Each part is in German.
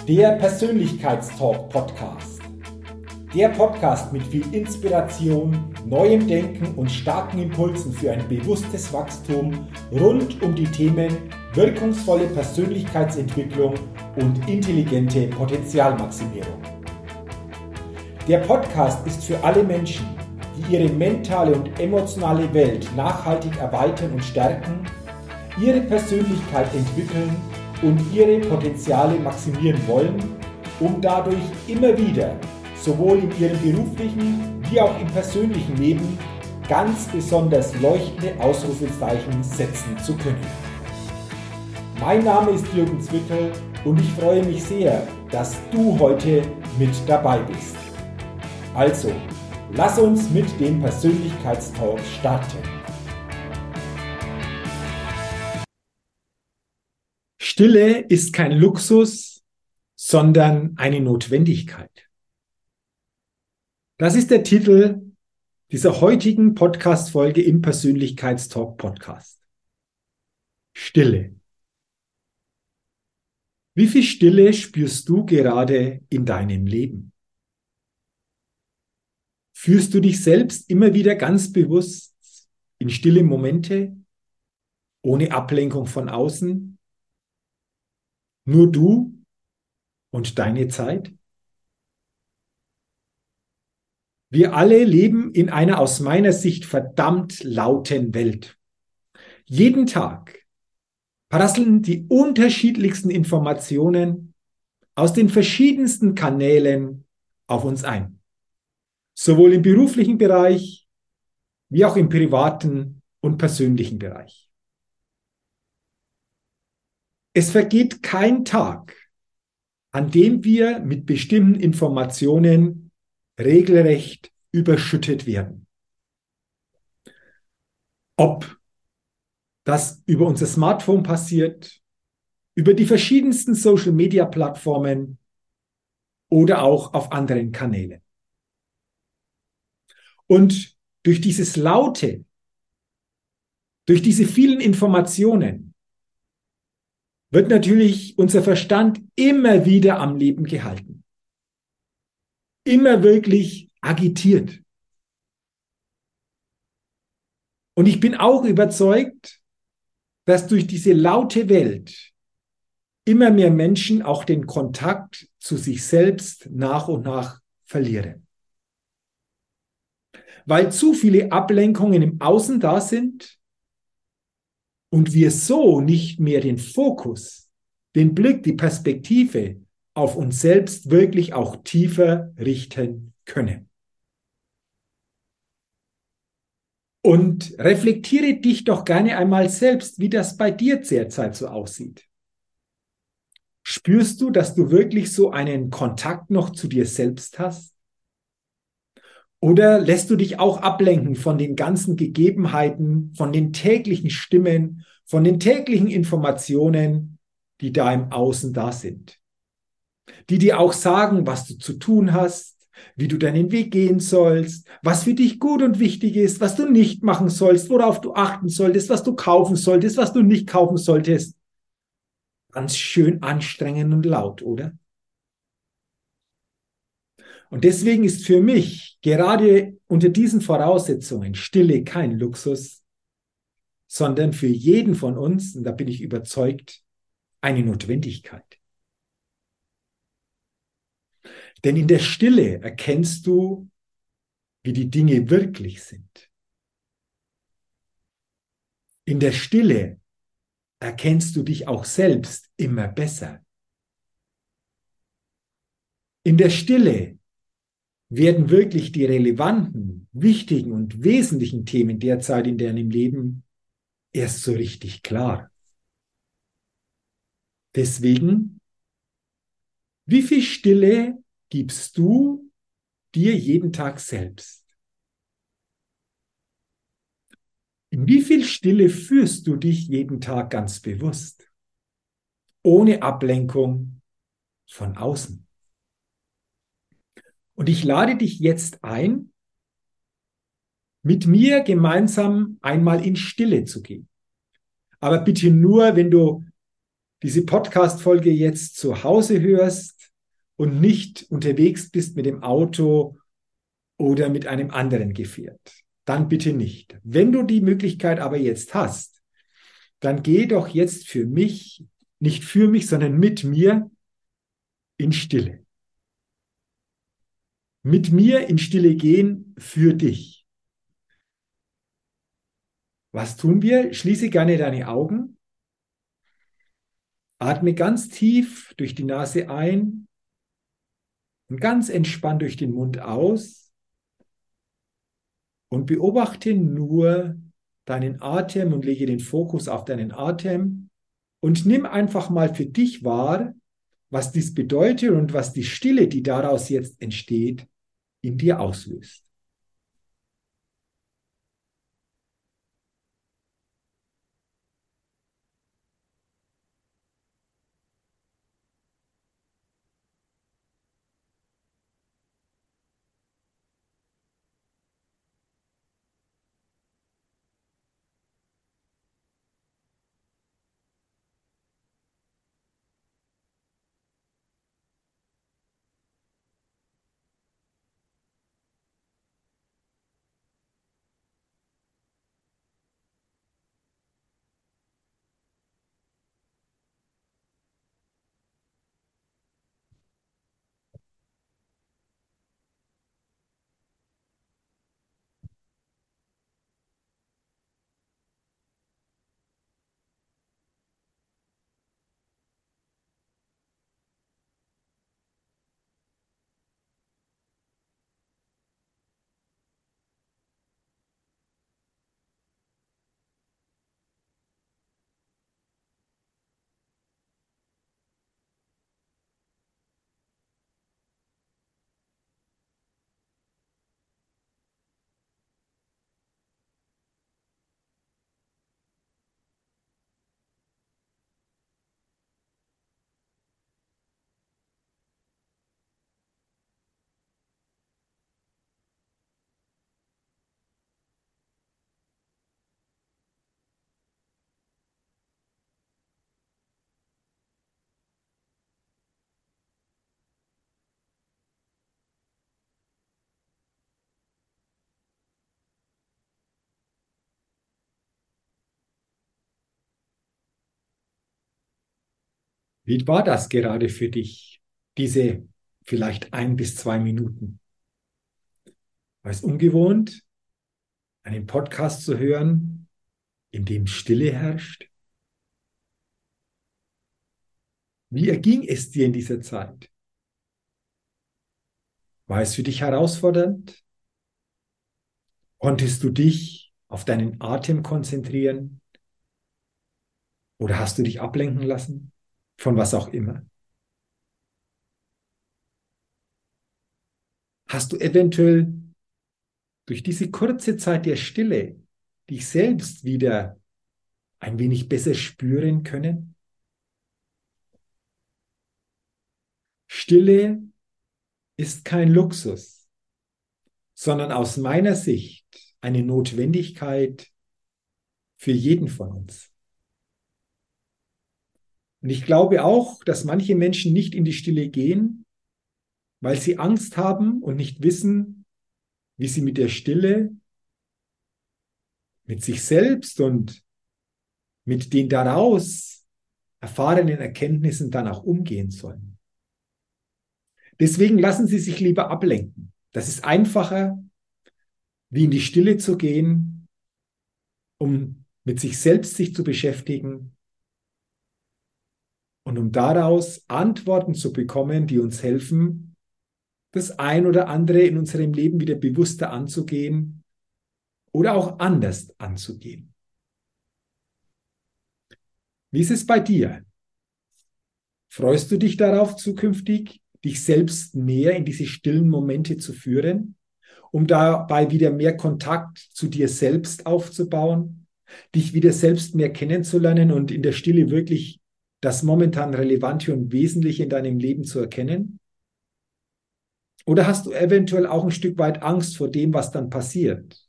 Der Persönlichkeitstalk-Podcast. Der Podcast mit viel Inspiration, neuem Denken und starken Impulsen für ein bewusstes Wachstum rund um die Themen wirkungsvolle Persönlichkeitsentwicklung und intelligente Potenzialmaximierung. Der Podcast ist für alle Menschen, die ihre mentale und emotionale Welt nachhaltig erweitern und stärken, ihre Persönlichkeit entwickeln und ihre Potenziale maximieren wollen, um dadurch immer wieder sowohl in ihrem beruflichen wie auch im persönlichen Leben ganz besonders leuchtende Ausrufezeichen setzen zu können. Mein Name ist Jürgen Zwickel und ich freue mich sehr, dass du heute mit dabei bist. Also, lass uns mit dem Persönlichkeitstalk starten. Stille ist kein Luxus, sondern eine Notwendigkeit. Das ist der Titel dieser heutigen Podcast-Folge im Persönlichkeitstalk-Podcast. Stille. Wie viel Stille spürst du gerade in deinem Leben? Führst du dich selbst immer wieder ganz bewusst in stille Momente, ohne Ablenkung von außen? Nur du und deine Zeit? Wir alle leben in einer aus meiner Sicht verdammt lauten Welt. Jeden Tag prasseln die unterschiedlichsten Informationen aus den verschiedensten Kanälen auf uns ein. Sowohl im beruflichen Bereich wie auch im privaten und persönlichen Bereich. Es vergeht kein Tag, an dem wir mit bestimmten Informationen regelrecht überschüttet werden. Ob das über unser Smartphone passiert, über die verschiedensten Social-Media-Plattformen oder auch auf anderen Kanälen. Und durch dieses Laute, durch diese vielen Informationen wird natürlich unser Verstand immer wieder am Leben gehalten. Immer wirklich agitiert. Und ich bin auch überzeugt, dass durch diese laute Welt immer mehr Menschen auch den Kontakt zu sich selbst nach und nach verlieren. Weil zu viele Ablenkungen im Außen da sind und wir so nicht mehr den Fokus, den Blick, die Perspektive auf uns selbst wirklich auch tiefer richten können. Und reflektiere dich doch gerne einmal selbst, wie das bei dir derzeit so aussieht. Spürst du, dass du wirklich so einen Kontakt noch zu dir selbst hast? Oder lässt du dich auch ablenken von den ganzen Gegebenheiten, von den täglichen Stimmen, von den täglichen Informationen, die da im Außen da sind? Die dir auch sagen, was du zu tun hast, wie du deinen Weg gehen sollst, was für dich gut und wichtig ist, was du nicht machen sollst, worauf du achten solltest, was du kaufen solltest, was du nicht kaufen solltest. Ganz schön anstrengend und laut, oder? Und deswegen ist für mich gerade unter diesen Voraussetzungen Stille kein Luxus, sondern für jeden von uns, und da bin ich überzeugt, eine Notwendigkeit. Denn in der Stille erkennst du, wie die Dinge wirklich sind. In der Stille erkennst du dich auch selbst immer besser. In der Stille werden wirklich die relevanten, wichtigen und wesentlichen Themen derzeit in deinem Leben erst so richtig klar. Deswegen, wie viel Stille gibst du dir jeden Tag selbst? In wie viel Stille führst du dich jeden Tag ganz bewusst, ohne Ablenkung von außen? Und ich lade dich jetzt ein, mit mir gemeinsam einmal in Stille zu gehen. Aber bitte nur, wenn du diese Podcast-Folge jetzt zu Hause hörst und nicht unterwegs bist mit dem Auto oder mit einem anderen Gefährt. Dann bitte nicht. Wenn du die Möglichkeit aber jetzt hast, dann geh doch jetzt für mich, nicht für mich, sondern mit mir in Stille. Mit mir in Stille gehen für dich. Was tun wir? Schließe gerne deine Augen, atme ganz tief durch die Nase ein und ganz entspannt durch den Mund aus und beobachte nur deinen Atem und lege den Fokus auf deinen Atem und nimm einfach mal für dich wahr, was dies bedeutet und was die Stille, die daraus jetzt entsteht, in dir auslöst. Wie war das gerade für dich, diese vielleicht 1 bis 2 Minuten? War es ungewohnt, einen Podcast zu hören, in dem Stille herrscht? Wie erging es dir in dieser Zeit? War es für dich herausfordernd? Konntest du dich auf deinen Atem konzentrieren? Oder hast du dich ablenken lassen? Von was auch immer. Hast du eventuell durch diese kurze Zeit der Stille dich selbst wieder ein wenig besser spüren können? Stille ist kein Luxus, sondern aus meiner Sicht eine Notwendigkeit für jeden von uns. Und ich glaube auch, dass manche Menschen nicht in die Stille gehen, weil sie Angst haben und nicht wissen, wie sie mit der Stille, mit sich selbst und mit den daraus erfahrenen Erkenntnissen dann auch umgehen sollen. Deswegen lassen Sie sich lieber ablenken. Das ist einfacher, wie in die Stille zu gehen, um mit sich selbst sich zu beschäftigen und um daraus Antworten zu bekommen, die uns helfen, das ein oder andere in unserem Leben wieder bewusster anzugehen oder auch anders anzugehen. Wie ist es bei dir? Freust du dich darauf, zukünftig dich selbst mehr in diese stillen Momente zu führen, um dabei wieder mehr Kontakt zu dir selbst aufzubauen, dich wieder selbst mehr kennenzulernen und in der Stille wirklich das momentan Relevante und Wesentliche in deinem Leben zu erkennen? Oder hast du eventuell auch ein Stück weit Angst vor dem, was dann passiert?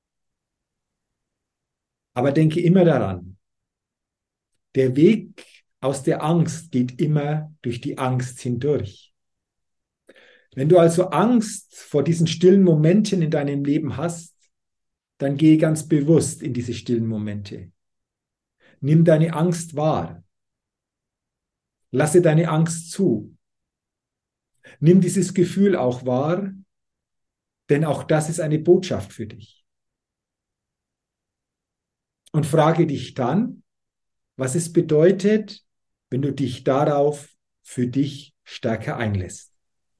Aber denke immer daran, der Weg aus der Angst geht immer durch die Angst hindurch. Wenn du also Angst vor diesen stillen Momenten in deinem Leben hast, dann gehe ganz bewusst in diese stillen Momente. Nimm deine Angst wahr. Lasse deine Angst zu. Nimm dieses Gefühl auch wahr, denn auch das ist eine Botschaft für dich. Und frage dich dann, was es bedeutet, wenn du dich darauf für dich stärker einlässt.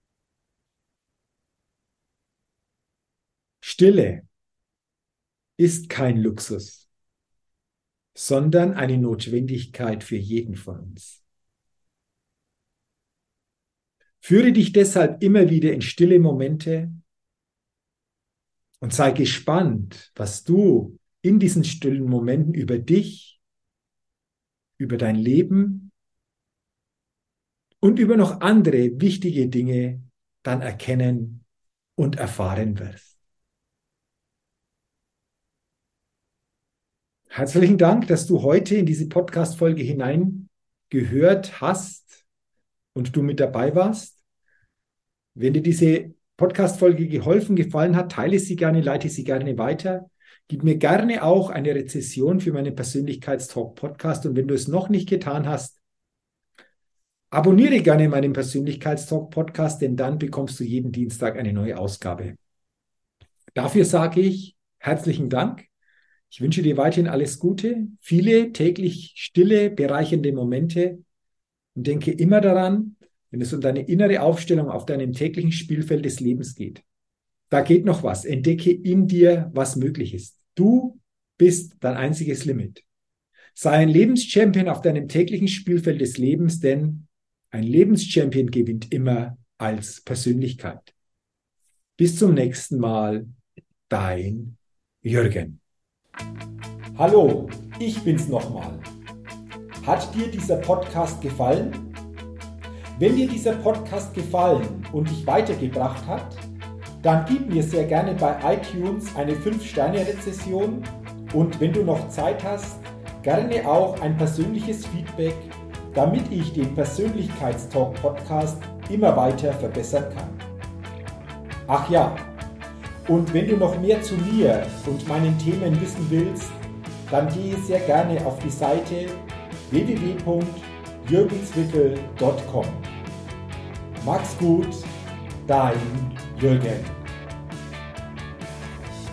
Stille ist kein Luxus, sondern eine Notwendigkeit für jeden von uns. Führe dich deshalb immer wieder in stille Momente und sei gespannt, was du in diesen stillen Momenten über dich, über dein Leben und über noch andere wichtige Dinge dann erkennen und erfahren wirst. Herzlichen Dank, dass du heute in diese Podcast-Folge hineingehört hast und du mit dabei warst. Wenn dir diese Podcast-Folge gefallen hat, teile sie gerne, leite sie gerne weiter. Gib mir gerne auch eine Rezession für meinen Persönlichkeitstalk-Podcast. Und wenn du es noch nicht getan hast, abonniere gerne meinen Persönlichkeitstalk-Podcast, denn dann bekommst du jeden Dienstag eine neue Ausgabe. Dafür sage ich herzlichen Dank. Ich wünsche dir weiterhin alles Gute, viele täglich stille, bereichernde Momente und denke immer daran, wenn es um deine innere Aufstellung auf deinem täglichen Spielfeld des Lebens geht. Da geht noch was. Entdecke in dir, was möglich ist. Du bist dein einziges Limit. Sei ein Lebenschampion auf deinem täglichen Spielfeld des Lebens, denn ein Lebenschampion gewinnt immer als Persönlichkeit. Bis zum nächsten Mal, dein Jürgen. Hallo, ich bin's nochmal. Hat dir dieser Podcast gefallen? Wenn dir dieser Podcast gefallen und dich weitergebracht hat, dann gib mir sehr gerne bei iTunes eine 5-Sterne-Rezession und wenn du noch Zeit hast, gerne auch ein persönliches Feedback, damit ich den Persönlichkeitstalk-Podcast immer weiter verbessern kann. Ach ja, und wenn du noch mehr zu mir und meinen Themen wissen willst, dann gehe sehr gerne auf die Seite www.jürgenswickel.com. Mach's gut, dein Jürgen.